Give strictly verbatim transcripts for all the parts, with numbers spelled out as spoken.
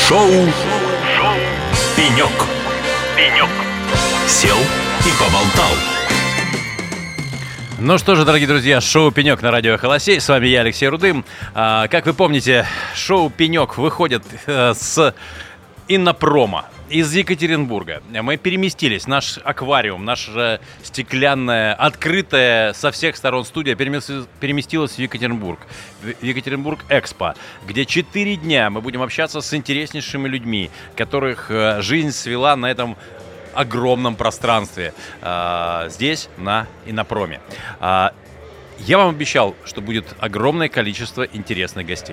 Шоу, Шоу. «Пенек». «Пенек». Сел и поболтал. Ну что же, дорогие друзья, шоу «Пенек» на радио «Холосей». С вами я, Алексей Рудым. А, как вы помните, шоу «Пенек» выходит э, с Иннопрома из Екатеринбурга. Мы переместились, наш аквариум, наша стеклянная, открытая со всех сторон студия переместилась в Екатеринбург, в Екатеринбург Экспо, где четыре дня мы будем общаться с интереснейшими людьми, которых жизнь свела на этом огромном пространстве, здесь, на Иннопроме. Я вам обещал, что будет огромное количество интересных гостей.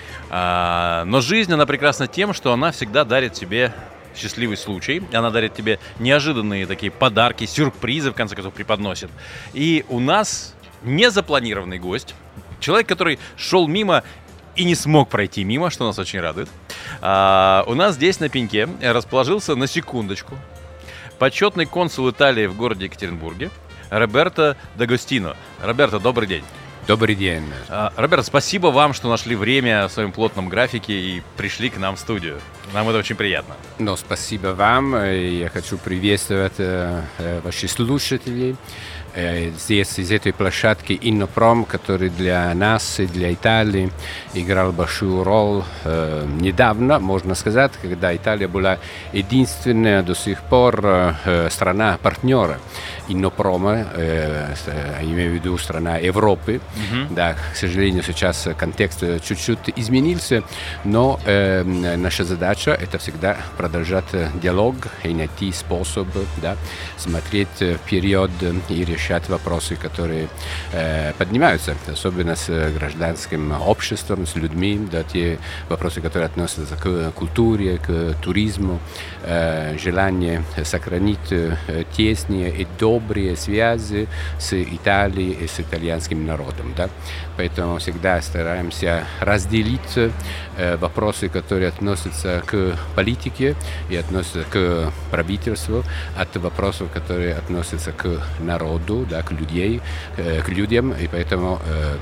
Но жизнь, она прекрасна тем, что она всегда дарит тебе счастливый случай. Она дарит тебе неожиданные такие подарки, сюрпризы, в конце концов, преподносит. И у нас незапланированный гость, человек, который шел мимо и не смог пройти мимо, что нас очень радует. А, у нас здесь на пеньке расположился, на секундочку, почетный консул Италии в городе Екатеринбурге Роберто Д'Агостино. Роберто, добрый день. Добрый день. А, Роберто, спасибо вам, что нашли время в своем плотном графике и пришли к нам в студию. Нам это очень приятно. Ну, спасибо вам. Я хочу приветствовать э, ваших слушателей. Э, здесь, из этой площадки Иннопром, который для нас и для Италии играл большую роль э, недавно, можно сказать, когда Италия была единственная до сих пор э, страна-партнера Иннопрома, э, э, имею в виду страна Европы. Mm-hmm. Да, к сожалению, сейчас контекст чуть-чуть изменился, но э, наша задача – это всегда продолжать диалог и найти способ, да, смотреть вперед и решать вопросы, которые э, поднимаются, особенно с гражданским обществом, с людьми, да, те вопросы, которые относятся к культуре, к туризму, э, желание сохранить э, тесные и добрые связи с Италией и с итальянским народом. Да? Поэтому всегда стараемся разделить э, вопросы, которые относятся к политике и относятся к правительству, от вопросов, которые относятся к народу, да, к, людей, э, к людям, и поэтому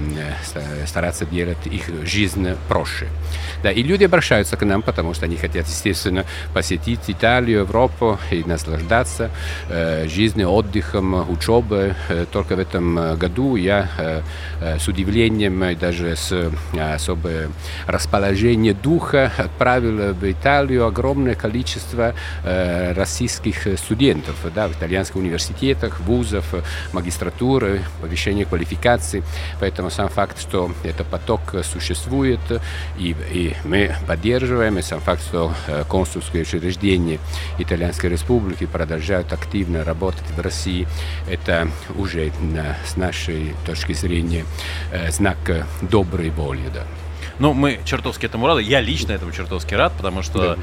э, стараться делать их жизнь проще. Да, и люди обращаются к нам, потому что они хотят, естественно, посетить Италию, Европу и наслаждаться э, жизнью, отдыхом, учебой. Э, только в этом году я э, э, с удивлением и даже с э, особым расположением духа отправил в Италию огромное количество э, российских студентов, да, в итальянских университетах, вузов, магистратуры, повышение квалификации. Поэтому сам факт, что этот поток существует, и, и мы поддерживаем, и сам факт, что э, консульские учреждения Итальянской Республики продолжают активно работать в России, это уже э, с нашей точки зрения э, знак доброй воли. Да. Ну, мы чертовски этому рады. Я лично этому чертовски рад, потому что,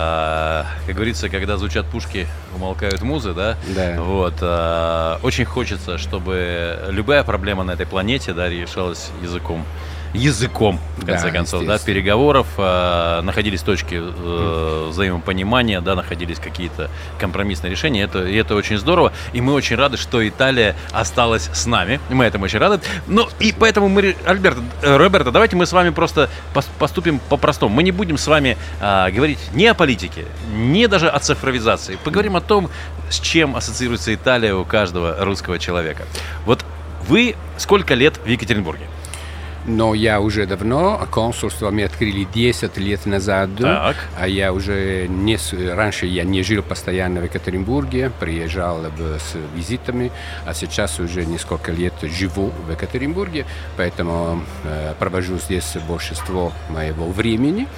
да. э, как говорится, когда звучат пушки, умолкают музы, да? Да. Вот, э, очень хочется, чтобы любая проблема на этой планете, да, решалась языком. языком, в конце да, концов, да, переговоров, э, находились точки э, взаимопонимания, да, находились какие-то компромиссные решения, это, и это очень здорово, и мы очень рады, что Италия осталась с нами, мы этому очень рады. Ну, и поэтому мы, Альберто, э, Роберто, давайте мы с вами просто поступим по-простому, мы не будем с вами э, говорить ни о политике, ни даже о цифровизации, поговорим о том, с чем ассоциируется Италия у каждого русского человека. Вот вы сколько лет в Екатеринбурге? Но я уже давно, консульство мы открыли десять лет назад, так. А я уже не, раньше я не жил постоянно в Екатеринбурге, приезжал с визитами, а сейчас уже несколько лет живу в Екатеринбурге, поэтому э, провожу здесь большинство моего времени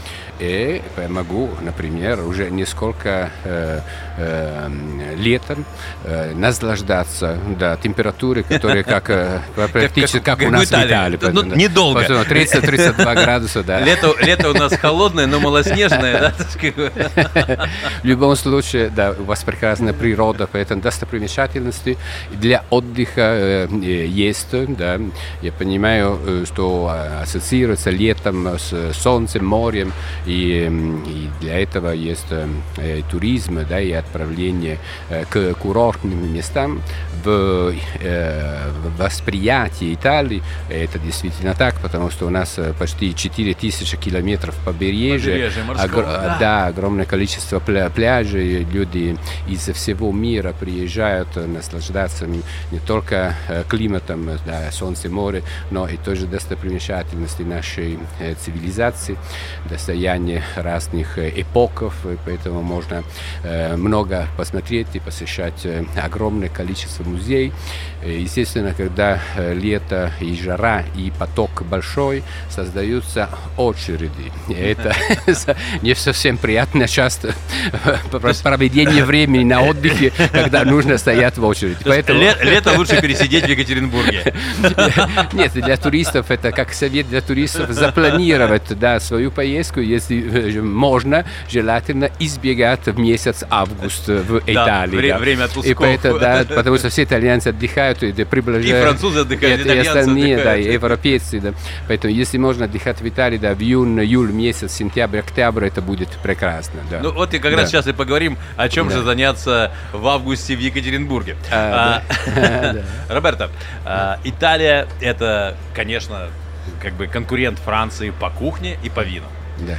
и могу, например, уже несколько э, э, летом э, наслаждаться да, температурой, которая как, э, практически как, как, как у нас в Италии. Ну, недолго. тридцать-тридцать два градуса, да. Лето, лето у нас холодное, но малоснежное, да? В любом случае, да, у вас прекрасная природа, поэтому достопримечательности для отдыха э, есть, да. Я понимаю, что ассоциируется летом с солнцем, морем И, и для этого есть э, туризм, да, и отправление э, к курортным местам. В, э, в восприятии Италии это действительно так, потому что у нас почти четыре тысячи километров побережья, побережье морского, огр- да. да, огромное количество пля- пляжей, люди из всего мира приезжают наслаждаться не только э, климатом, да, солнце, море, но и тоже достопримечательности нашей э, цивилизации, достояние разных э, эпоков, и поэтому можно э, много посмотреть и посещать э, огромное количество музеев. Естественно, когда э, лето и жара, и поток большой, создаются очереди. И это не совсем приятно часто проведение времени на отдыхе, когда нужно стоять в очереди. Поэтому... Лето лучше пересидеть в Екатеринбурге. Нет, для туристов это как совет для туристов запланировать, да, свою поездку, если можно, желательно избегать в месяц август в Италии. Да, да. время отпусков. И поэтому, да, потому что все итальянцы отдыхают, и приближают. И французы отдыхают, и, и остальные, отдыхают. Да, и европейцы. Да. Поэтому если можно отдыхать в Италии, да, в июнь, июль месяц, сентябрь, октябрь, это будет прекрасно. Да. Ну вот и как да. раз сейчас и поговорим, о чем да. же заняться в августе в Екатеринбурге. А, а, да. Роберто, а, Италия это, конечно, как бы конкурент Франции по кухне и по вину. Да.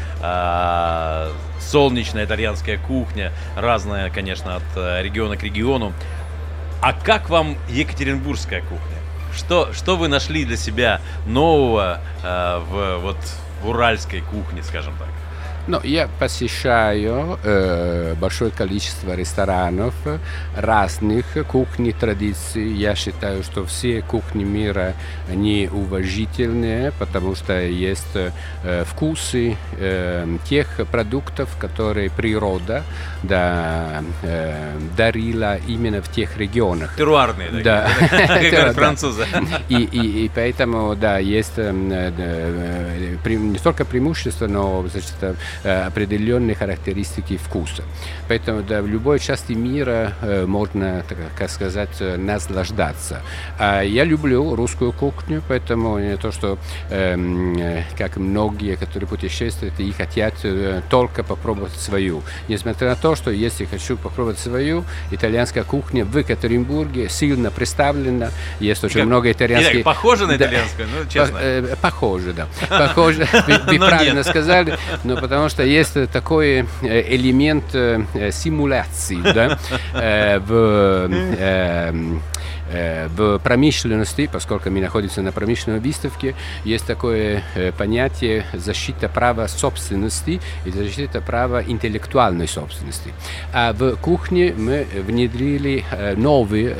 А, солнечная итальянская кухня, разная, конечно, от региона к региону. А как вам екатеринбургская кухня? Что, что вы нашли для себя нового а, в, вот, в уральской кухне, скажем так? Ну, я посещаю э, большое количество ресторанов, разных кухней, традиций. Я считаю, что все кухни мира неуважительные, потому что есть э, вкусы э, тех продуктов, которые природа да, э, дарила именно в тех регионах. Теруарные, да, как говорят французы. И, и, и поэтому, да, есть э, э, не только преимущества, но, значит, определенные характеристики вкуса. Поэтому да, в любой части мира э, можно, так, как сказать, наслаждаться. А я люблю русскую кухню, поэтому не то, что э, как многие, которые путешествуют и хотят э, только попробовать свою. Несмотря на то, что если хочу попробовать свою, итальянская кухня в Екатеринбурге сильно представлена. Есть очень как, много итальянских... Похоже на итальянскую, да, ну, честно. По, э, похоже, да. Похоже, вы правильно сказали, но потому что есть такой элемент симуляции, да, в, в промышленности, поскольку мы находимся на промышленной выставке, есть такое понятие защита права собственности и защита права интеллектуальной собственности. А в кухне мы внедрили новый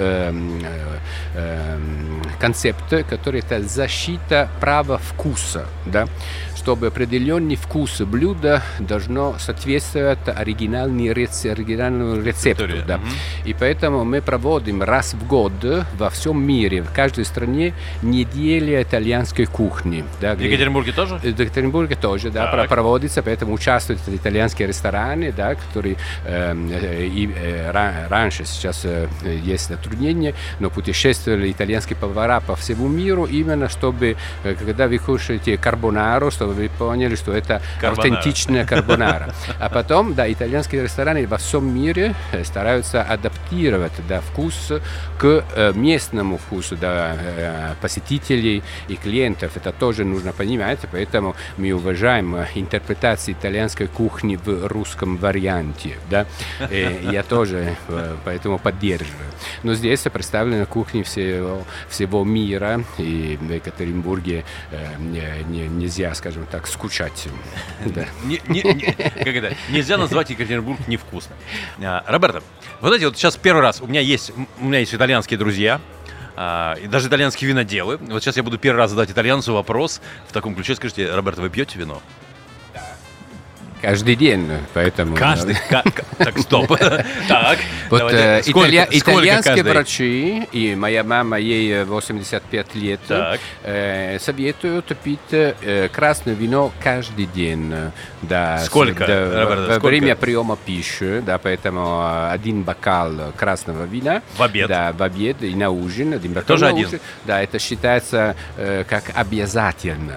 концепт, который это защита права вкуса, да, чтобы определенный вкус блюда должно соответствовать оригинальному рецепту. Да. Mm-hmm. И поэтому мы проводим раз в год во всем мире, в каждой стране, неделя итальянской кухни. Да, в Екатеринбурге тоже? В Екатеринбурге тоже, да, так. проводится, поэтому участвуют итальянские рестораны, да, которые э, и, э, раньше, сейчас э, есть затруднения, но путешествовали итальянские повара по всему миру, именно чтобы, э, когда вы кушаете карбонару, чтобы вы поняли, что это карбонара. Аутентичная карбонара. А потом, да, итальянские рестораны во всем мире стараются адаптировать, да, вкус к э, местному вкусу, да, э, посетителей и клиентов. Это тоже нужно понимать, поэтому мы уважаем интерпретацию итальянской кухни в русском варианте, да. И я тоже э, поэтому поддерживаю. Но здесь представлены кухни всего, всего мира, и в Екатеринбурге э, не, не, нельзя, скажем так, скучать. Да. Не, не, не, как это? Нельзя назвать Екатеринбург невкусным. А, Роберто, вот знаете, вот сейчас первый раз у меня есть, у меня есть итальянские друзья, а, и даже итальянские виноделы. Вот сейчас я буду первый раз задать итальянцу вопрос в таком ключе. Скажите, Роберто, вы пьете вино? Каждый день, поэтому... Каждый? Так, стоп. Так, вот э, италья... итальянские врачи, и моя мама, ей восемьдесят пять лет, э, советуют пить э, красное вино каждый день. Да, сколько? Да, Роберто, во сколько? Время приема пищи, да, поэтому один бокал красного вина. В обед? Да, в обед и на ужин. Один бокал тоже на один? Ужин. Да, это считается э, как обязательно.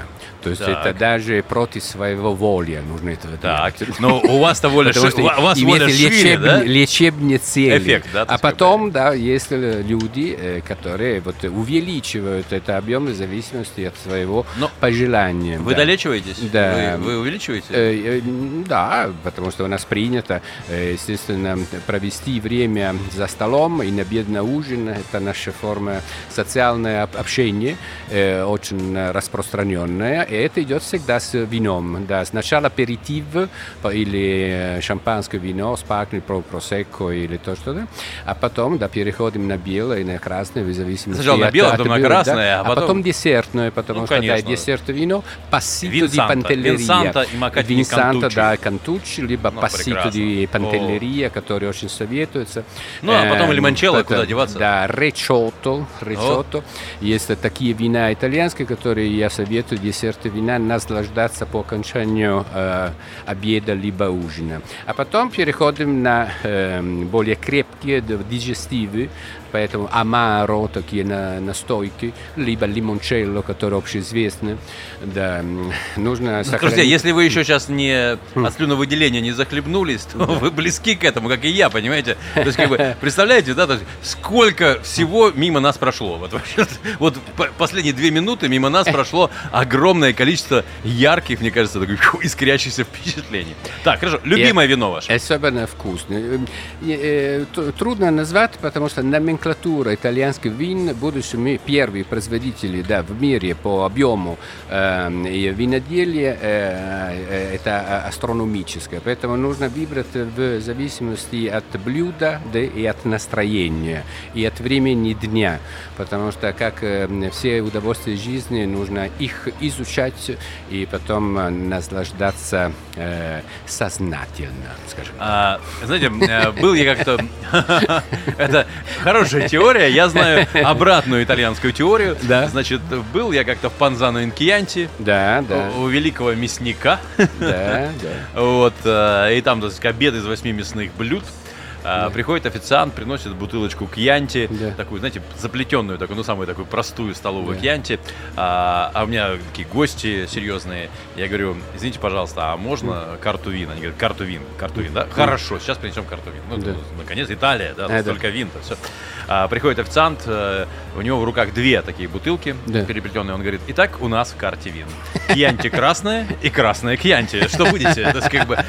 То есть Так. это даже против своего воли нужно это Так, делать. но у вас-то воля, Потому ши- что у вас имеет воля шире, лечеб- да? лечебные цели. Эффект, да, то А есть как потом, да, есть люди, э, которые вот увеличивают этот объем в зависимости от своего Но пожелания. Вы да. долечиваетесь? Да. Вы, вы увеличиваете? Э, э, Да, потому что у нас принято, э, естественно, провести время за столом и на обед, на ужин. Это наша форма социального об- общения, э, очень распространенная. И это идет всегда с вином. Да. Сначала аперитив по- или э, шампанское вино, спарклинг, про- просекко или то что-то. А потом, да, переходим на белое и на красное, в зависимости Сначала на от- белое, от потом на блюда, красное, а а потом- потом десертное, потому Ну, что да, конечно. десерт вино, пассито ди Винсанто. пантеллерия. Винсанто и макать Винсанто, Кантуччи. да, Кантуччи, либо Ну, пассито прекрасно. ди пантеллерия, который очень советуется. Ну, а потом Эм, лимончелло, это- куда деваться? Да, речотто, речотто. Есть такие вина итальянские, которые я советую десерты вина наслаждаться по окончанию э, обеда либо ужина. А потом переходим на э, более крепкие д- дигестивы, поэтому амаро, такие на, настойки, либо лимончелло, которые общеизвестны. Да, м, нужно Друзья, сохранить... если вы еще сейчас не Хм. от слюновыделения не захлебнулись, то вы близки к этому, как и я, понимаете? То есть, как бы, представляете, да, то есть, сколько всего мимо нас прошло. Вот, вообще, вот по- последние две минуты мимо нас прошло огромное количество ярких, мне кажется, таких фу, искрящихся впечатлений. Так, хорошо, любимое вино ваше. Особенно вкусно. Э, э, т- Трудно назвать, потому что номенклатура итальянских вин, будучи мы первые производители, да, в мире по объему э, и виноделия, э, э, это астрономическое. Поэтому нужно выбрать в зависимости от блюда, да, и от настроения, и от времени дня. Потому что, как э, все удовольствия жизни, нужно их изучать и потом э, наслаждаться э, сознательно, скажем так. А, знаете, э, был я как-то... Это хорошая теория. Я знаю обратную итальянскую теорию. Да. Значит, был я как-то в Панзано Инкьянти Да, да, у великого мясника. да, да. Вот, э, и там, так сказать, обед из восьми мясных блюд. А, приходит официант, приносит бутылочку кьянти, Да. такую, знаете, заплетенную, такую, ну, самую такую простую столовую Да. кьянти. А, а у меня такие гости серьезные. Я говорю, извините, пожалуйста, а можно карту вин? Они говорят, карту вин, карту вин, да? Хорошо, сейчас принесем карту вин. Ну, Да. ну, наконец, Италия, да, А, да. столько вин, все. А, приходит официант, э, у него в руках две такие бутылки Да. переплетенные. Он говорит, итак, у нас в карте вин. Кьянти красная и красная кьянти. Что будете? То есть, как бы...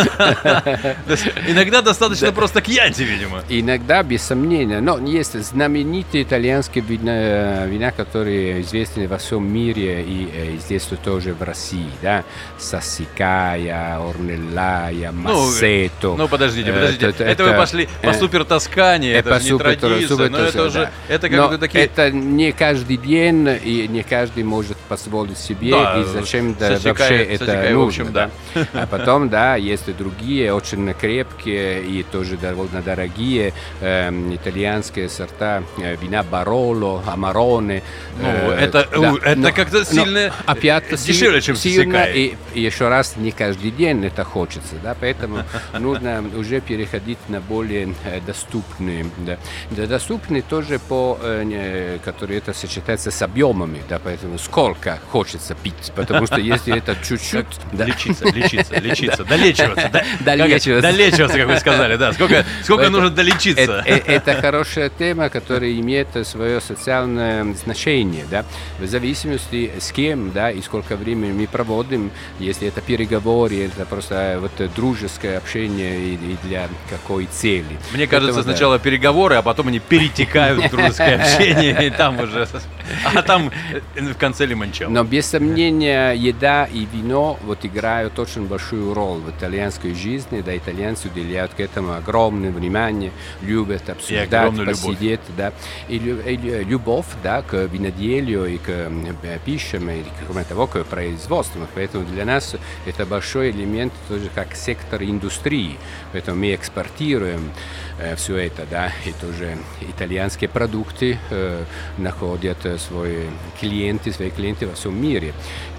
То есть, иногда достаточно просто кьянти, видимо. Иногда, без сомнения, но есть знаменитые итальянские вина, вина, которые известны во всем мире и э, здесь тоже в России, да, Сассикая, Орнеллая, Массето. Ну, подождите, Э, подождите. это- Это, вы это, пошли по э, супер Тоскане, это по же не супер- традиция, супер- но это супер, уже, да. это Но как бы такие... это не каждый день, и не каждый может позволить себе, Да, и зачем да, Сассикая- вообще это Сассикая, в нужно. общем, да. А потом, да, есть и другие, очень крепкие и тоже довольно дорогие эм, итальянские сорта э, вина Бароло, Амароне. Ну, э, это, да. у, это Но- как-то но сильно опять дешевле, чем сильно, Сассикая. и, и еще раз, не каждый день это хочется, да, поэтому нужно уже переходить на более э, доступные. Да. Да, доступные тоже по, э, не- которые это сочетается с объемами, да, поэтому сколько хочется пить, потому что если это чуть-чуть, да, Лечиться, лечиться, лечиться, долечиваться. да- Долечиваться. как- Долечиваться, как вы сказали, да. Сколько, сколько Это- нужно долечиться? Это, э- это хорошая тема, которая имеет свое социальное значение, да, в зависимости с кем, да, и сколько времени мы проводим, если это переговоры, это просто вот дружеское общение и, и для какой цели. Мне кажется, Поэтому, да. сначала переговоры, а потом они перетекают в дружеское общение, и там уже... А там э, в конце лимончелло. Но без сомнения еда и вино вот играют очень большую роль в итальянской жизни, да, итальянцы уделяют к этому огромное внимание, любят обсуждать, огромную любовь. посидеть, да, и, лю- и лю- любовь, да, к виноделию и к м, э, пищам, и кроме того, к производству. Поэтому для нас это большой элемент тоже как сектор индустрии, поэтому мы экспортируем э, все это, да, и тоже итальянские продукты э, находят э, свои клиенты, свои клиенты во всем мире.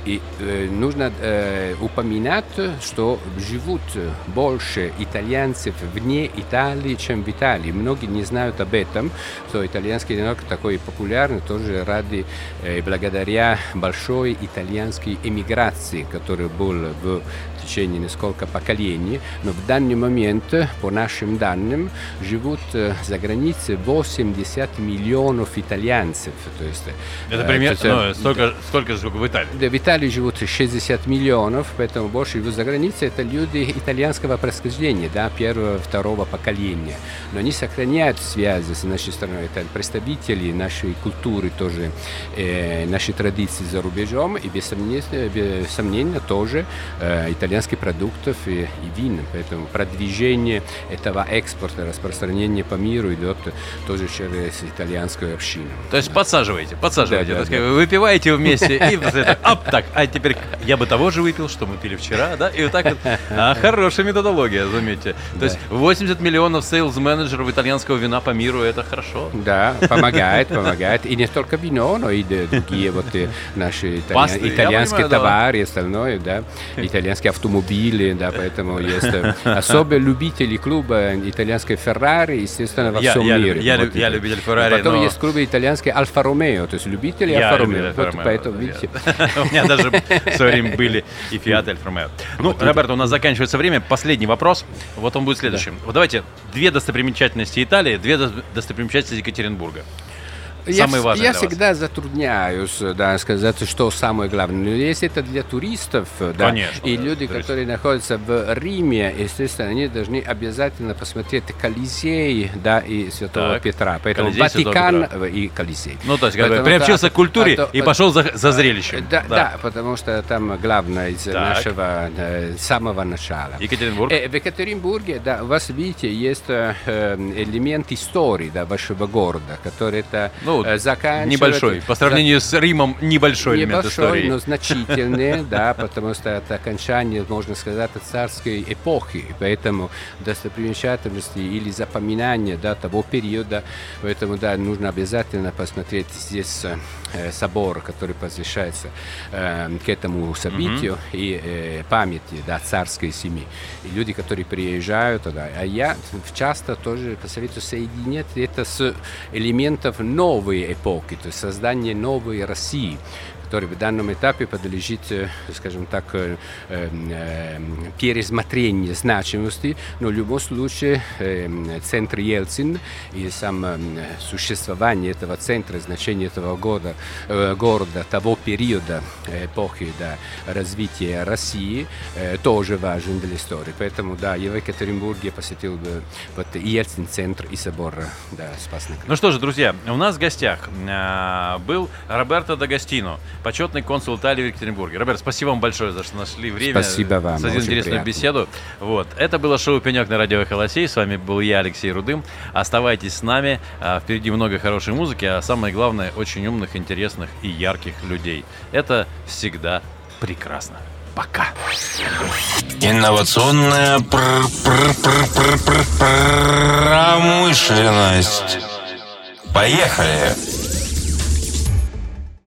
И э, нужно э, упоминать, что живут больше итальянцев вне Италии, чем в Италии. Многие не знают об этом, что итальянский вино такой популярный тоже ради, э, благодаря большой итальянской эмиграции, которая была в течение нескольких поколений. Но в данный момент, по нашим данным, живут э, за границей восемьдесят миллионов итальянцев. То есть, это э, примерно это, ну, столько, столько же, сколько в Италии. Да, в Италии живут шестьдесят миллионов, поэтому больше живут за границей. Это люди итальянского происхождения, да, первого, второго поколения. Но они сохраняют связи с нашей страной. Это представители нашей культуры тоже, э, нашей традиции за рубежом. И без сомнения, без сомнения тоже э, итальянских продуктов и, и вин. Поэтому продвижение этого экспорта, распространение по миру идет тоже через итальянскую общину. То есть да. подсаживайте, подсаживайте. Да, да, так сказать, да. Выпиваете вместе и оп, так, а теперь я бы того же выпил, что мы пили вчера, да, и вот так вот. А, хорошая методология, заметьте. То да. есть восемьдесят миллионов сейлс-менеджеров итальянского вина по миру, это хорошо. Да, помогает, помогает. И не только вино, но и другие вот наши итальян... итальянские понимаю, товары, да. остальное, да, итальянские автомобили, да, поэтому есть особо любители клуба итальянской Феррари, естественно, во я, всем я, мире. Я, вот я любитель Феррари, Потом но... есть клубы итальянские Альфа-Ромео, то есть любители Альфа-Ромео. Вот поэтому, видите... У меня даже в свое время были и Фиат, и Альфа-Ромео. Ну, Роберто, у нас заканчивается время. Последний вопрос. Вот он будет следующим. Вот давайте две достопримечательности Италии, две достопримечательности Екатеринбурга. Самое важное я для всегда вас. затрудняюсь, да, сказать, что самое главное. Но если это для туристов, да, Конечно, и да, люди, туристы. которые находятся в Риме, естественно, они должны обязательно посмотреть Колизей, да, и Святого Так. Петра. Поэтому Колизей, Ватикан и Колизей. Ну, то есть, как бы Поэтому, приобщился да, к культуре а, и а, пошел за, за зрелищем. Да, да. да, потому что там главное из Так. нашего э, самого начала. Екатеринбург. Э, в Екатеринбурге, да, у вас, видите, есть э, элемент истории, да, вашего города, который это Ну, э, заканчивает... Небольшой. По сравнению с Римом, небольшой элемент Небольшой, истории. но значительный, да, потому что это окончание, можно сказать, царской эпохи, поэтому достопримечательности или запоминания, да, того периода, поэтому, да, нужно обязательно посмотреть здесь э, собор, который посвящается э, к этому событию mm-hmm. и э, памяти, да, царской семьи. И люди, которые приезжают туда, а я часто тоже посоветую соединять это с элементов новой эпохи, то есть создание новой России, который в данном этапе подлежит, скажем так, пересмотрению значимости, но в любом случае центр Ельцин и сам существование этого центра, значение этого года, города, того периода эпохи, да, развития России тоже важен для истории. Поэтому, да, я в Екатеринбурге посетил вот Ельцин-центр и собор, да, Спасной Крест. Ну что же, друзья, у нас в гостях э, был Роберто Д'Агостино, почетный консул Италии в Екатеринбурге. Роберт, спасибо вам большое, за что нашли время. Спасибо вам. За интересную приятно. беседу. Вот. Это было шоу «Пенек» на радио «Холосей». С вами был я, Алексей Рудым. Оставайтесь с нами. А, впереди много хорошей музыки, а самое главное, очень умных, интересных и ярких людей. Это всегда прекрасно. Пока. Инновационная пр- пр- пр- пр- пр- промышленность. Поехали!